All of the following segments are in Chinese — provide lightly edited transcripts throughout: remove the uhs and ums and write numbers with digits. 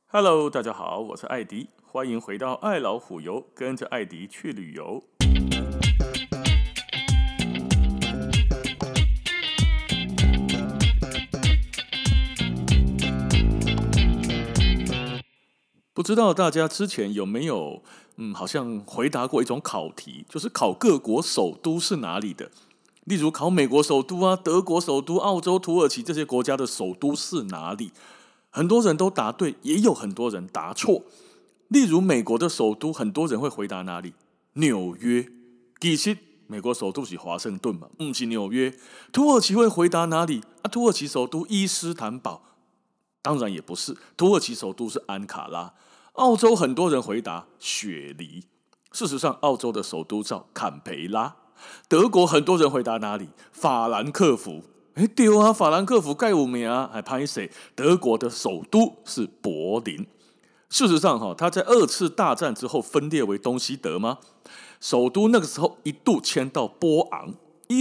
Hello， 大家好，我是艾迪，欢迎回到爱老虎游，跟着艾迪去旅游。不知道大家之前有没有好像回答过一种考题，就是考各国首都是哪里的。例如考美国首都啊、德国首都、澳洲、土耳其这些国家的首都是哪里？很多人都答对，也有很多人答错。例如美国的首都，很多人会回答哪里？纽约。其实美国首都是华盛顿嘛，不是纽约。土耳其会回答哪里？土耳其首都伊斯坦堡，当然也不是，土耳其首都是安卡拉。澳洲很多人回答雪梨，事实上澳洲的首都叫坎培拉。德国很多人回答哪里？法兰克福。对啊，法兰克福盖有名啊，还拍谁？德国的首都是柏林。事实上，它在二次大战之后分裂为东西德吗？首都那个时候一度迁到波昂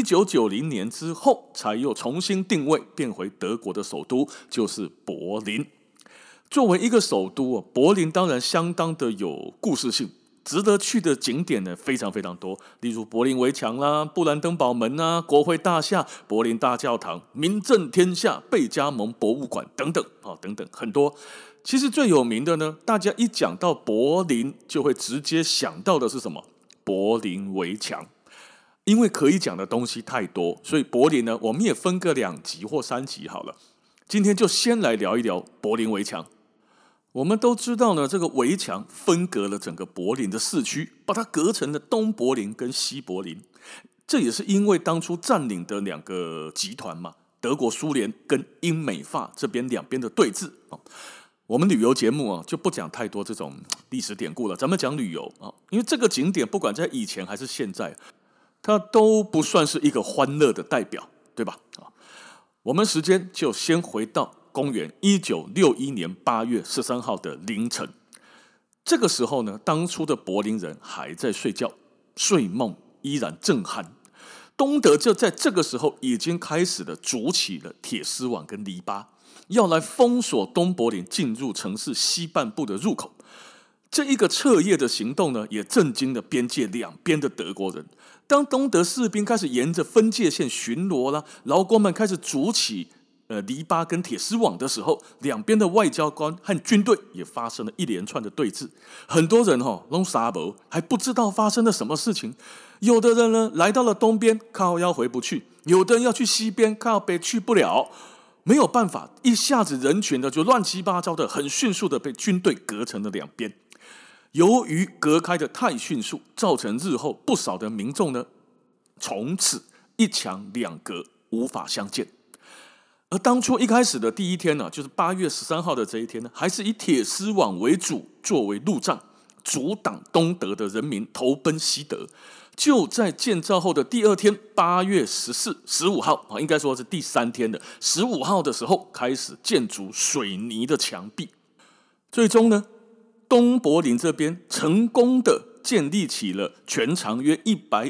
，1990年之后才又重新定位，变回德国的首都，就是柏林。作为一个首都，柏林当然相当的有故事性。值得去的景点呢非常非常多，例如柏林围墙啦、布兰登堡门啊、国会大厦、柏林大教堂、名震天下贝加蒙博物馆等等等等很多。其实最有名的呢，大家一讲到柏林就会直接想到的是什么？柏林围墙。因为可以讲的东西太多，所以柏林呢，我们也分个2集或3集好了。今天就先来聊一聊柏林围墙。我们都知道呢，这个围墙分隔了整个柏林的市区，把它隔成了东柏林跟西柏林。这也是因为当初占领的2个集团嘛，德国苏联跟英美法这边两边的对峙。我们旅游节目就不讲太多这种历史典故了，咱们讲旅游因为这个景点不管在以前还是现在，它都不算是一个欢乐的代表，对吧？我们时间就先回到公元1961年8月13号的凌晨。这个时候呢，当初的柏林人还在睡觉，睡梦依然震撼。东德就在这个时候已经开始了筑起了铁丝网跟篱笆，要来封锁东柏林进入城市西半部的入口。这一个彻夜的行动呢，也震惊了边界两边的德国人。当东德士兵开始沿着分界线巡逻啦，劳工们开始筑起篱笆跟铁丝网的时候，两边的外交官和军队也发生了一连串的对峙。很多人都傻无，还不知道发生了什么事情。有的人呢来到了东边，靠腰回不去；有的人要去西边，靠北去不了。没有办法，一下子人群的就乱七八糟的，很迅速的被军队隔成了两边。由于隔开的太迅速，造成日后不少的民众呢，从此一墙两隔，无法相见。而当初一开始的第一天呢，就是8月13号的这一天呢，还是以铁丝网为主，作为路障，阻挡东德的人民投奔西德。就在建造后的第2天，8月15号，应该说是第3天的15号的时候，开始建筑水泥的墙壁。最终呢，东柏林这边成功的建立起了全长约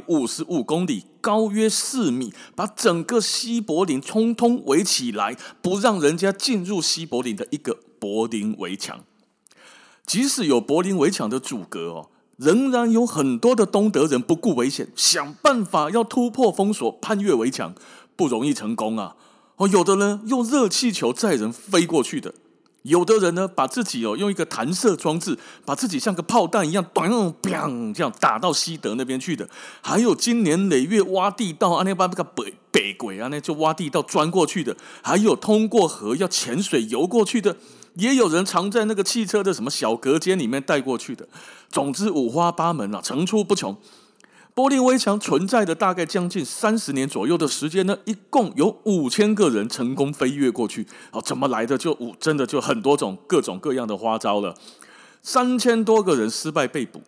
155公里、高约4米，把整个西柏林通通围起来，不让人家进入西柏林的一个柏林围墙。即使有柏林围墙的阻隔仍然有很多的东德人不顾危险，想办法要突破封锁，攀越围墙，不容易成功啊！有的人用热气球载人飞过去的。有的人呢，把自己用一个弹射装置，把自己像个炮弹一样，这样打到西德那边去的。还有经年累月挖地道，把那个北鬼就挖地道钻过去的。还有通过河要潜水游过去的。也有人藏在那个汽车的什么小隔间里面带过去的。总之五花八门层出不穷。柏林围墙存在的大概将近30年左右的时间呢，一共有5000个人成功飞越过去。怎么来的真的就很多种各种各样的花招了。3000多个人失败被捕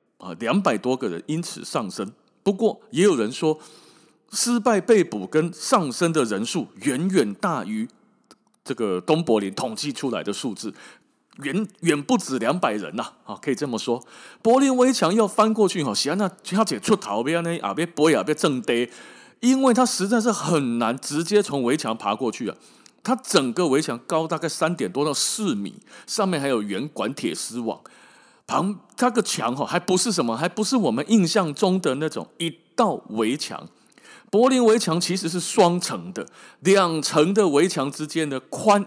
，200多个人因此丧生。不过也有人说，失败被捕跟丧生的人数远远大于这个东柏林统计出来的数字。远不止200人可以这么说。柏林围墙要翻过去是要出头要飞要正地，因为它实在是很难直接从围墙爬过去它整个围墙高大概3点多到4米，上面还有圆管铁丝网。它个墙还不是什么，还不是我们印象中的那种一道围墙。柏林围墙其实是双层的，2层的围墙之间呢宽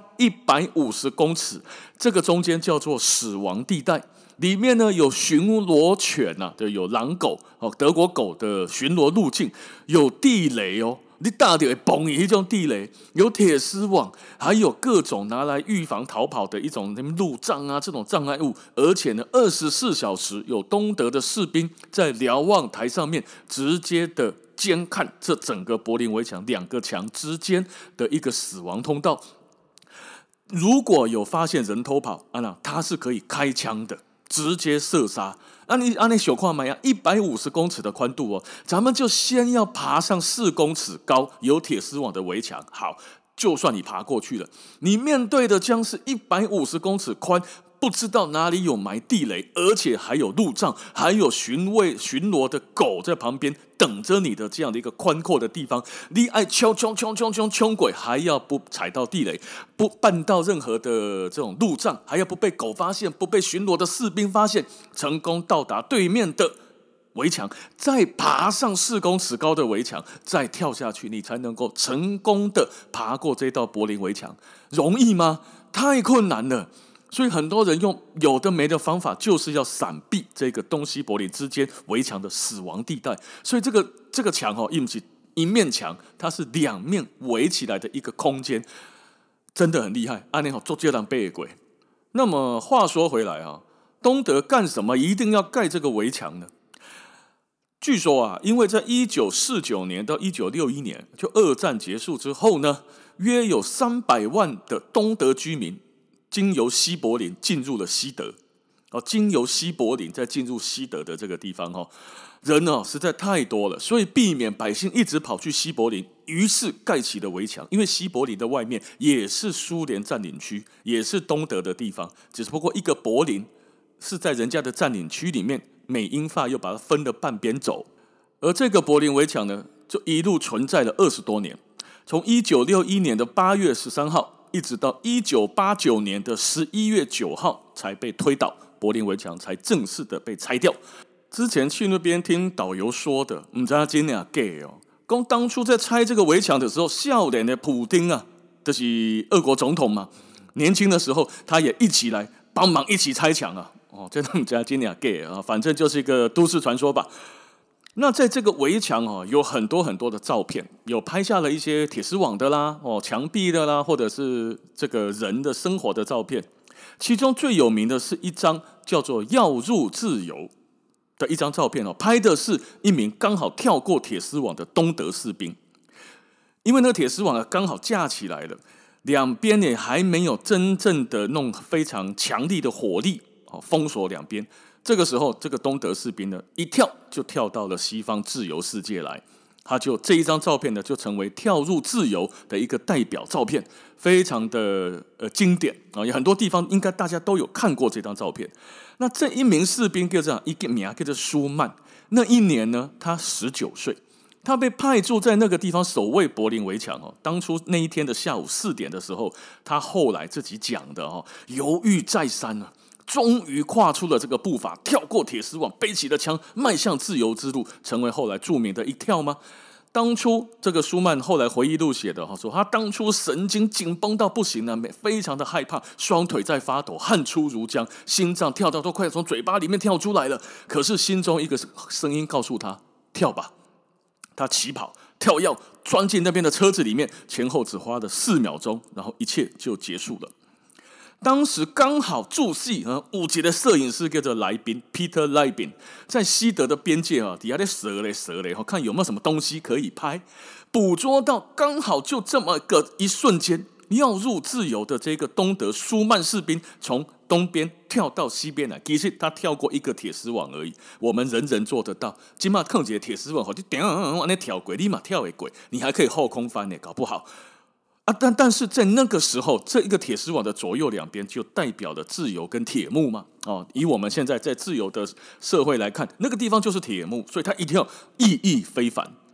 150公尺，这个中间叫做死亡地带。里面呢有巡逻犬有狼狗德国狗的巡逻路径，有地雷你打到会崩一种地雷，有铁丝网，还有各种拿来预防逃跑的一种路障这种障碍物，而且呢，24小时有东德的士兵在瞭望台上面直接的监看这整个柏林围墙2个墙之间的一个死亡通道。如果有发现人偷跑，他是可以开枪的，直接射杀。你小看嘛，150公尺的宽度咱们就先要爬上4公尺高有铁丝网的围墙。好，就算你爬过去了，你面对的将是150公尺宽，不知道哪里有埋地雷，而且还有路障，还有巡逻的狗在旁边等着你的这样的一个宽阔的地方。你爱冲鬼，还要不踩到地雷，不绊到任何的这种路障，还要不被狗发现，不被巡逻的士兵发现，成功到达对面的围墙，再爬上4公尺高的围墙，再跳下去，你才能够成功的爬过这道柏林围墙。容易吗？太困难了。所以很多人用有的没的方法，就是要闪避这个东西柏林之间围墙的死亡地带。所以这个墙不是一面墙，它是2面围起来的一个空间，真的很厉害。做这样背鬼。那么话说回来东德干什么一定要盖这个围墙呢？据说因为在1949年到1961年，就2战结束之后呢，约有300万的东德居民经由西柏林进入了西德，经由西柏林再进入西德的这个地方人实在太多了，所以避免百姓一直跑去西柏林，于是盖起了围墙。因为西柏林的外面也是苏联占领区，也是东德的地方，只不过一个柏林是在人家的占领区里面，美英法又把它分了半边走。而这个柏林围墙呢，就一路存在了20多年，从1961年的8月13号一直到1989年的11月9号才被推倒，柏林围墙才正式的被拆掉。之前去那边听导游说的，不知道真的假的说当初在拆这个围墙的时候，少年的普丁就是俄国总统嘛，年轻的时候他也一起来帮忙一起拆墙真的不知道真的假的反正就是一个都市传说吧。那在这个围墙有很多很多的照片，有拍下了一些铁丝网的啦墙壁的啦，或者是这个人的生活的照片。其中最有名的是一张叫做要入自由的一张照片拍的是一名刚好跳过铁丝网的东德士兵。因为那个铁丝网刚好架起来了，两边也还没有真正的弄非常强力的火力封锁两边。这个时候，这个东德士兵呢，一跳就跳到了西方自由世界来，这一张照片呢，就成为跳入自由的一个代表照片，非常的经典有很多地方应该大家都有看过这张照片。那这一名士兵叫做一个名叫做舒曼，那一年呢，他19岁，他被派驻在那个地方守卫柏林围墙当初那一天的下午4点的时候，他后来自己讲的犹豫再三终于跨出了这个步伐，跳过铁丝网，背起了枪，迈向自由之路，成为后来著名的一跳吗？当初这个舒曼后来回忆录写的说，他当初神经紧绷到不行了，非常的害怕，双腿在发抖，汗出如浆，心脏跳到都快从嘴巴里面跳出来了。可是心中一个声音告诉他：跳吧。他起跑跳跃，钻进那边的车子里面，前后只花了4秒钟，然后一切就结束了。当时刚好驻戏有一个摄影师叫做莱宾 Peter Leibin， 在西德的边界底下在蛇嘞看有没有什么东西可以拍，捕捉到刚好就这么个一瞬间，要入自由的这个东德舒曼士兵从东边跳到西边来，其实他跳过一个铁丝网而已，我们人人做得到。现在放一个铁丝网你这样跳过，你也跳会过，你还可以后空翻呢，搞不好但是在那个时候，这一个铁丝网的左右两边就代表了自由跟铁幕嘛以我们现在在自由的社会来看，那个地方就是铁幕，所以它一定要意义非凡。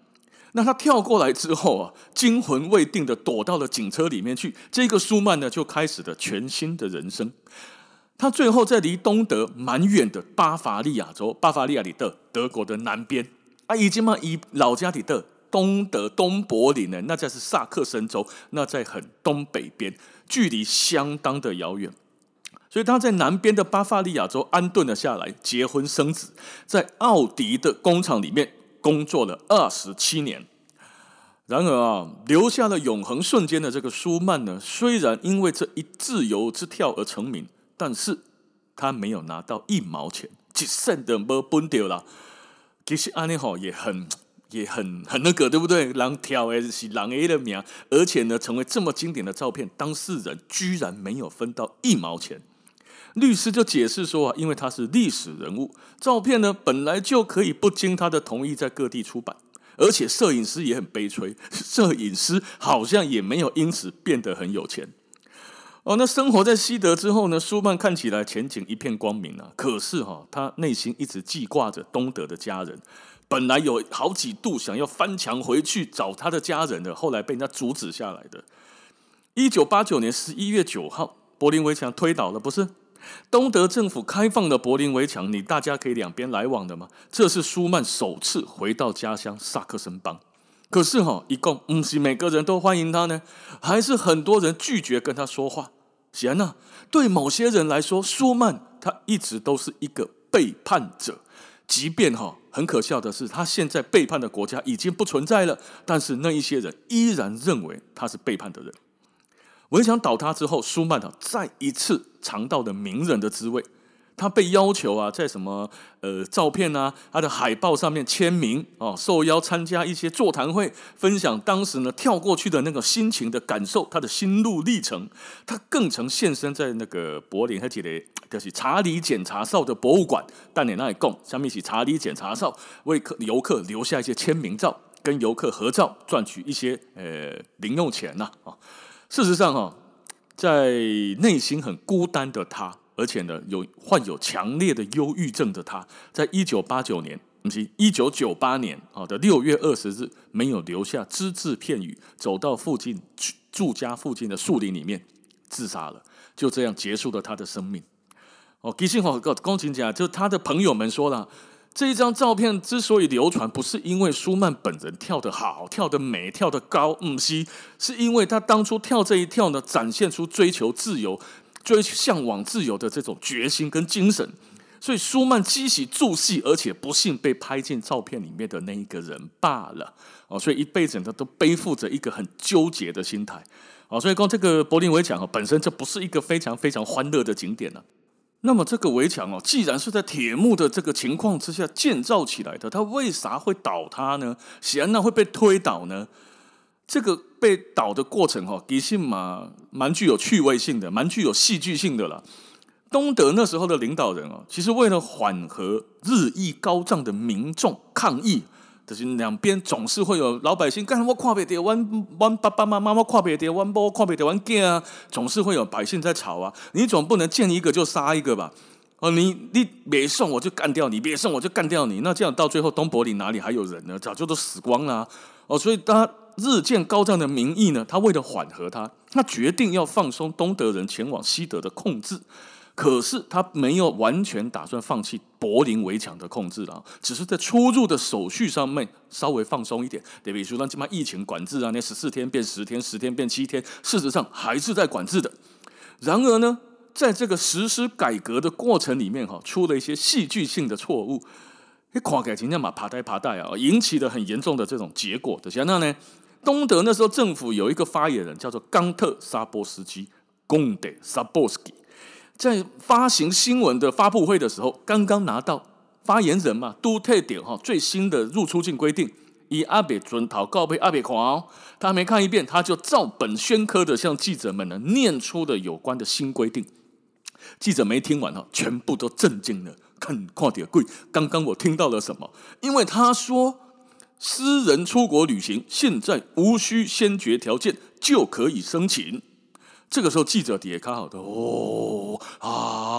那他跳过来之后啊，惊魂未定的躲到了警车里面去。这个舒曼呢，就开始了全新的人生。他最后在离东德蛮远的巴伐利亚州，巴伐利亚里的德国的南边啊，已经嘛以老家里的东德东柏林呢，那在是萨克森州，那在很东北边，距离相当的遥远。所以他在南边的巴伐利亚州安顿了下来，结婚生子，在奥迪的工厂里面工作了27年。然而啊，留下了永恒瞬间的这个舒曼呢，虽然因为这一自由之跳而成名，但是他没有拿到1毛钱，一仙都没分到啦。其实安尼吼也很那个，对不对？人跳的是人 A 的名，而且呢，成为这么经典的照片，当事人居然没有分到1毛钱。律师就解释说啊，因为他是历史人物，照片呢本来就可以不经他的同意在各地出版，而且摄影师也很悲催，摄影师好像也没有因此变得很有钱。那生活在西德之后呢，舒曼看起来前景一片光明啊，可是他内心一直记挂着东德的家人。本来有好几度想要翻墙回去找他的家人的，后来被人家阻止下来的。1989年11月9号，柏林围墙推倒了，不是？东德政府开放了柏林围墙，你大家可以两边来往的嘛。这是舒曼首次回到家乡萨克森邦。可是一共不是每个人都欢迎他呢，还是很多人拒绝跟他说话。显然对某些人来说，舒曼他一直都是一个背叛者。即便很可笑的是，他现在背叛的国家已经不存在了，但是那一些人依然认为他是背叛的人。围墙倒塌之后，舒曼再一次尝到了名人的滋味。他被要求在什么照片他的海报上面签名受邀参加一些座谈会，分享当时呢跳过去的那个心情的感受，他的心路历程。他更曾现身在那个柏林，还记得就是查理检查哨的博物馆。但你那里讲，下面是查理检查哨为游客留下一些签名照，跟游客合照，赚取一些零用钱事实上在内心很孤单的他，而且呢患有强烈的忧郁症的他，在1989年不是1998年的6月20日，没有留下只字片语，走到住家附近的树林里面自杀了，就这样结束了他的生命。其实讲真的，就他的朋友们说了，这一张照片之所以流传，不是因为舒曼本人跳得好、跳得美、跳得高，是因为他当初跳这一跳呢，展现出追求自由、向往自由的这种决心跟精神。所以舒曼积极助戏，而且不幸被拍进照片里面的那一个人罢了。所以一辈子他都背负着一个很纠结的心态。所以说这个柏林围墙本身这不是一个非常非常欢乐的景点。那么这个围墙既然是在铁幕的这个情况之下建造起来的，它为啥会倒塌呢？显然会被推倒呢？这个被倒的过程其实蛮具有趣味性的，蛮具有戏剧性的啦。东德那时候的领导人其实为了缓和日益高涨的民众抗议，就是两边总是会有老百姓干我看不到，我爸爸妈妈我看不到，我某看不到，我囝啊，总是会有百姓在吵啊。你总不能见一个就杀一个吧？你别送我就干掉你，别送我就干掉你。那这样到最后东柏林哪里还有人呢？早就都死光了所以他日渐高涨的民意呢，他为了缓和他决定要放松东德人前往西德的控制。可是他没有完全打算放弃柏林围墙的控制了，只是在出入的手续上面稍微放松一点。比如说让这么疫情管制那14天变10天，10天变7天，事实上还是在管制的。然而呢，在这个实施改革的过程里面出了一些戏剧性的错误，看起来真的爬带引起了很严重的这种结果的。像那呢，东德那时候政府有一个发言人叫做冈特沙波斯基 （Gonde Saborski）。在发行新闻的发布会的时候，刚刚拿到发言人都特点最新的入出境规定，以阿北准讨告被阿北看他没看一遍，他就照本宣科的向记者们呢念出了有关的新规定。记者没听完全部都震惊了，看到鬼，刚刚我听到了什么？因为他说，私人出国旅行现在无需先决条件就可以申请。这个时候记者底下看好的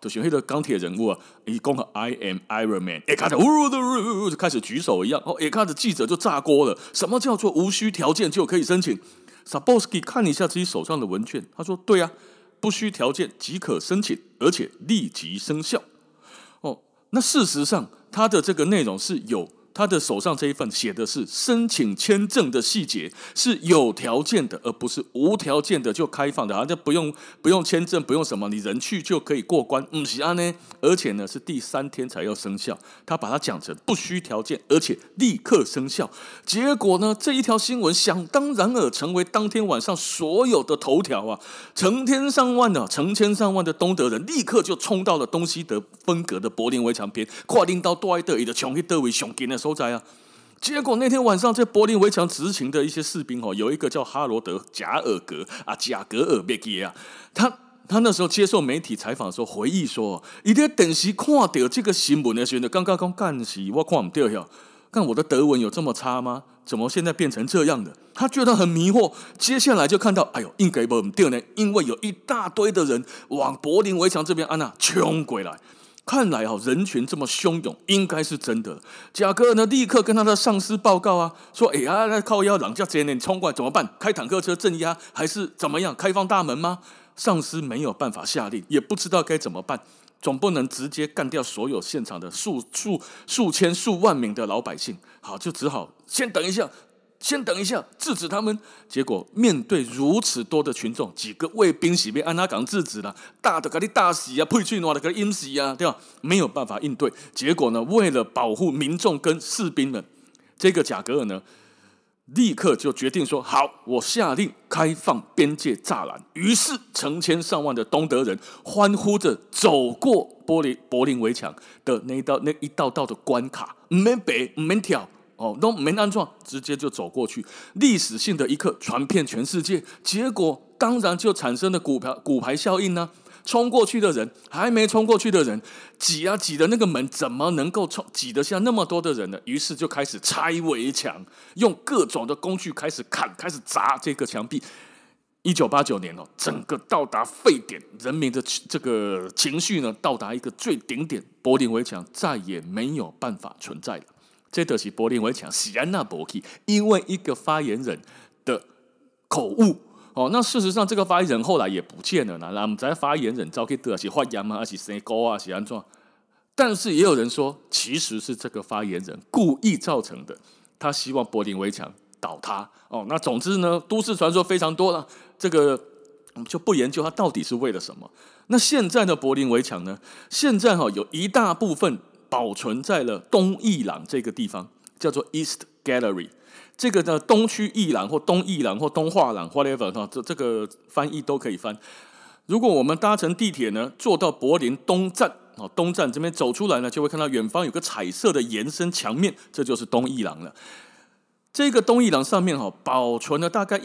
就是那个钢铁人物啊，一讲 I am Iron Man， 看着就开始举手一样，看着记者就炸锅了。什么叫做无需条件就可以申请 ？Sapolsky 看一下自己手上的文件，他说：“对啊，不需条件即可申请，而且立即生效。”那事实上，他的这个内容是有。他的手上这一份写的是申请签证的细节，是有条件的，而不是无条件的就开放的，好像不用签证，不用什么，你人去就可以过关，不是这样呢？而且呢是第3天才要生效，他把它讲成不需条件，而且立刻生效。结果呢，这一条新闻想当然尔成为当天晚上所有的头条啊，成千上万的东德人立刻就冲到了东西德分隔的柏林围墙边，跨领到多埃德伊的冲去德维上近的所在啊。结果那天晚上，在柏林围墙执勤的一些士兵有一个叫哈罗德·贾尔格啊，贾格尔别记啊，他那时候接受媒体采访的时候回忆说，他在电视看到这个新闻的时候，刚刚说干是我看不到呀，看我的德文有这么差吗？怎么现在变成这样的？他觉得很迷惑。接下来就看到，哎呦，应该不对呢，因为有一大堆的人往柏林围墙这边冲过来。看来人群这么汹涌，应该是真的。贾格尔呢，立刻跟他的上司报告说：“靠腰，人家这些冲过来怎么办？开坦克车镇压，还是怎么样？开放大门吗？”上司没有办法下令，也不知道该怎么办。总不能直接干掉所有现场的数千数万名的老百姓，好，就只好先等一下，制止他们。结果面对如此多的群众，几个卫兵是被安拉港制止了，大的给你打死啊，配去暖的给你阴死啊，对吧？没有办法应对。结果呢，为了保护民众跟士兵们，这个贾格尔呢，立刻就决定说：“好，我下令开放边界栅栏。”于是成千上万的东德人欢呼着走过柏林围墙的那一道的关卡，不免爬，不免跳。都没安装，直接就走过去，历史性的一刻传遍全世界。结果当然就产生了骨牌效应呢。冲过去的人，还没冲过去的人，挤的那个门怎么能够挤得下那么多的人呢？于是就开始拆围墙，用各种的工具开始砍，开始砸这个墙壁。1989年整个到达沸点，人民的这个情绪呢到达一个最顶点，柏林围墙再也没有办法存在了。这就是柏林围墙是安那没去，因为一个发言人的口误。那事实上这个发言人后来也不见了啦，那不知道发言人走去倒是发言吗，还是生高啊，是安怎？但是也有人说，其实是这个发言人故意造成的，他希望柏林围墙倒塌。那总之呢，都市传说非常多了，这个我们就不研究它到底是为了什么。那现在的柏林围墙呢？现在有一大部分保存在了东艺廊这个地方，叫做 East Gallery。这个呢，东区艺廊或东艺廊或东画廊 whatever 这个翻译都可以翻。如果我们搭乘地铁呢，坐到柏林东站这边走出来呢，就会看到远方有个彩色的延伸墙面，这就是东艺廊了。这个东艺廊上面保存了大概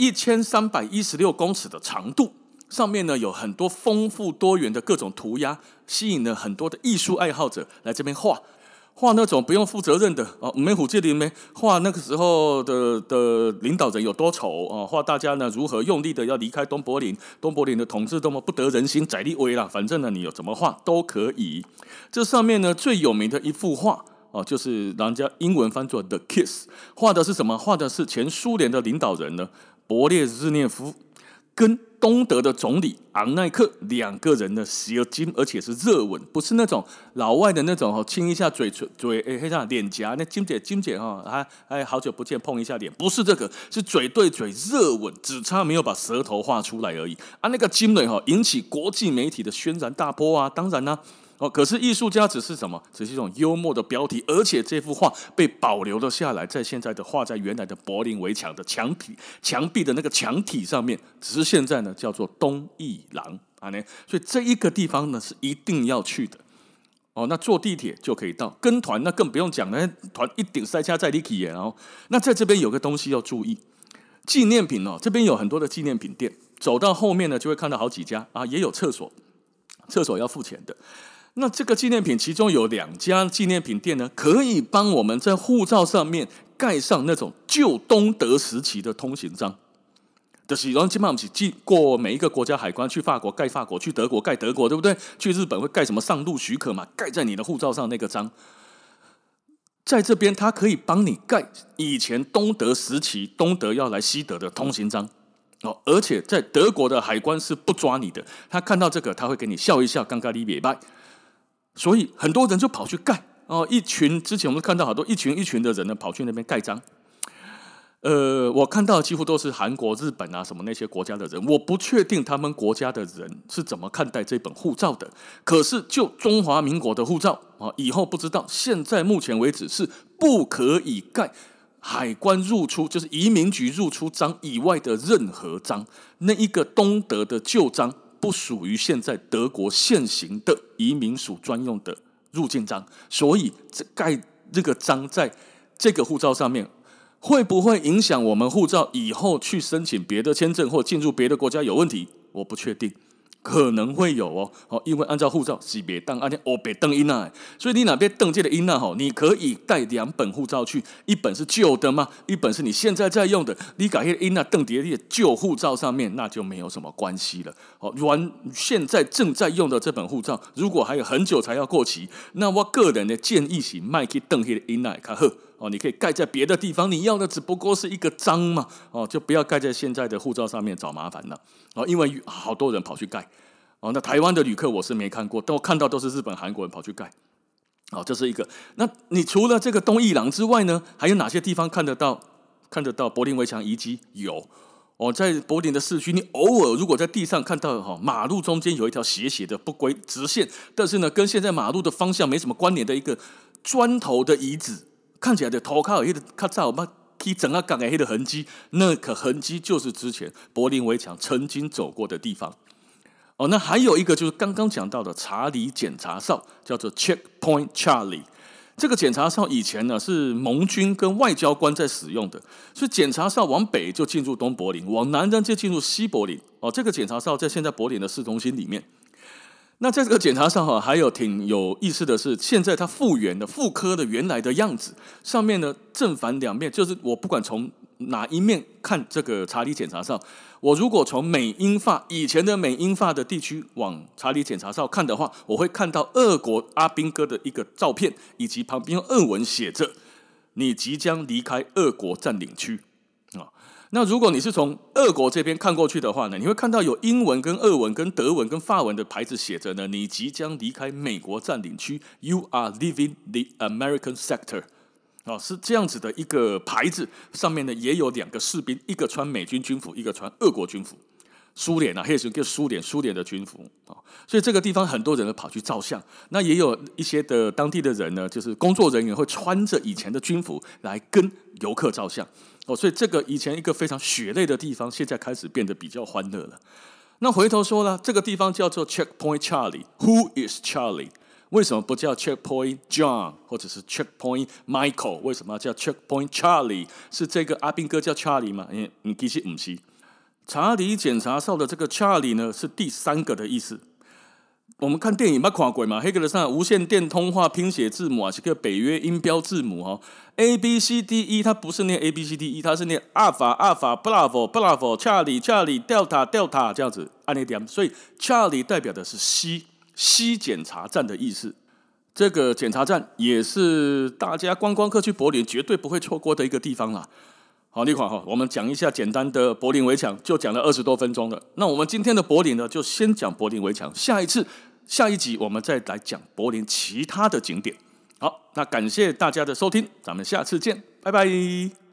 1316公尺的长度，上面呢有很多丰富多元的各种涂鸦，吸引了很多的艺术爱好者来这边画那种不用负责任的没虎界里面画那个时候的领导人有多丑画大家呢如何用力的要离开东柏林的统治多么不得人心，宰立威啦，反正呢你有怎么画都可以。这上面呢最有名的一幅画就是人家英文翻作 The Kiss， 画的是什么？画的是前苏联的领导人呢勃列日涅夫跟东德的总理昂奈克两个人的舌尖，而且是热吻，不是那种老外的那种亲一下嘴脸颊那金姐还好久不见碰一下脸，不是这个，是嘴对嘴热吻，只差没有把舌头画出来而已那个金蕊引起国际媒体的轩然大波当然可是艺术家只是什么？只是一种幽默的标题，而且这幅画被保留了下来，在现在的画在原来的柏林围墙的墙壁的那个墙体上面，只是现在呢叫做东艺廊所以这一个地方呢是一定要去的那坐地铁就可以到，跟团那更不用讲了，团一顶塞车在你去那在这边有个东西要注意，纪念品这边有很多的纪念品店，走到后面呢就会看到好几家也有厕所要付钱的。那这个纪念品其中有2家纪念品店呢，可以帮我们在护照上面盖上那种旧东德时期的通行章。 就是我们今晚不是过每一个国家海关，去法国盖法国，去德国盖德国，对不对？去日本会盖什么上路许可嘛？盖在你的护照上那个章，在这边它可以帮你盖以前东德时期东德要来西德的通行章。而且在德国的海关是不抓你的，他看到这个他会给你笑一笑，刚刚你别拜，所以很多人就跑去盖一群之前我们看到好多一群一群的人呢跑去那边盖章。我看到几乎都是韩国、日本啊什么那些国家的人，我不确定他们国家的人是怎么看待这本护照的。可是就中华民国的护照以后不知道，现在目前为止是不可以盖海关入出，就是移民局入出章以外的任何章。那一个东德的旧章不属于现在德国现行的移民署专用的入境章，所以盖这个章在这个护照上面，会不会影响我们护照以后去申请别的签证或进入别的国家有问题？我不确定，可能会有因为按照护照是别当按照别登音啊，所以你哪边登这个音啊，你可以带2本护照去，一本是旧的嘛，一本是你现在在用的，你改音啊登在你的旧护照上面，那就没有什么关系了。现在正在用的这本护照，如果还有很久才要过期，那我个人的建议是卖去登那个音啊较好。你可以盖在别的地方，你要的只不过是一个章嘛，就不要盖在现在的护照上面找麻烦了，因为好多人跑去盖，那台湾的旅客我是没看过，但我看到都是日本、韩国人跑去盖，这是一个。那你除了这个东伊朗之外呢，还有哪些地方看得到柏林围墙遗迹？有在柏林的市区，你偶尔如果在地上看到马路中间有一条斜斜的不规直线，但是呢跟现在马路的方向没什么关联的一个砖头的遗址。看起来的头靠有较早嘛，去整个港的那个痕迹，那个痕迹就是之前柏林围墙曾经走过的地方。那还有一个就是刚刚讲到的查理检查哨，叫做 Checkpoint Charlie。这个检查哨以前呢是盟军跟外交官在使用的，所以检查哨往北就进入东柏林，往南就进入西柏林。这个检查哨在现在柏林的市中心里面。那在这个检查上还有挺有意思的是，现在它复刻的原来的样子，上面呢正反两面，就是我不管从哪一面看这个查理检查哨，我如果从美英法以前的美英法的地区往查理检查哨看的话，我会看到俄国阿兵哥的一个照片，以及旁边用俄文写着“你即将离开俄国占领区”。那如果你是从俄国这边看过去的话呢，你会看到有英文跟俄文跟德文跟法文的牌子写着呢，你即将离开美国占领区 ，You are leaving the American sector。是这样子的一个牌子，上面呢也有2个士兵，一个穿美军军服，一个穿俄国军服。苏联那时候叫苏联的军服所以这个地方很多人都跑去照相。那也有一些的当地的人呢，就是工作人员会穿着以前的军服来跟游客照相。所以这个以前一个非常血泪的地方，现在开始变得比较欢乐了。那回头说了，这个地方叫做 Checkpoint Charlie。Who is Charlie？ 为什么不叫 Checkpoint John 或者是 Checkpoint Michael？ 为什么要叫 Checkpoint Charlie？ 是这个阿兵哥叫 Charlie 吗？其实不是。查理检查哨的这个 Charlie 呢，是第3个的意思。我们看电影捌看过嘛？黑格上无线电通话拼写字母是个北约音标字母A B C D E， 它不是念 A B C D E， 它是念 Alpha Bravo Charlie Delta 这样子按那点，所以 Charlie 代表的是西检查站的意思。这个检查站也是大家观光客去柏林绝对不会错过的一个地方啦。好，你看我们讲一下简单的柏林围墙，就讲了20多分钟了。那我们今天的柏林呢，就先讲柏林围墙，下一集我们再来讲柏林其他的景点。好，那感谢大家的收听，咱们下次见，拜拜。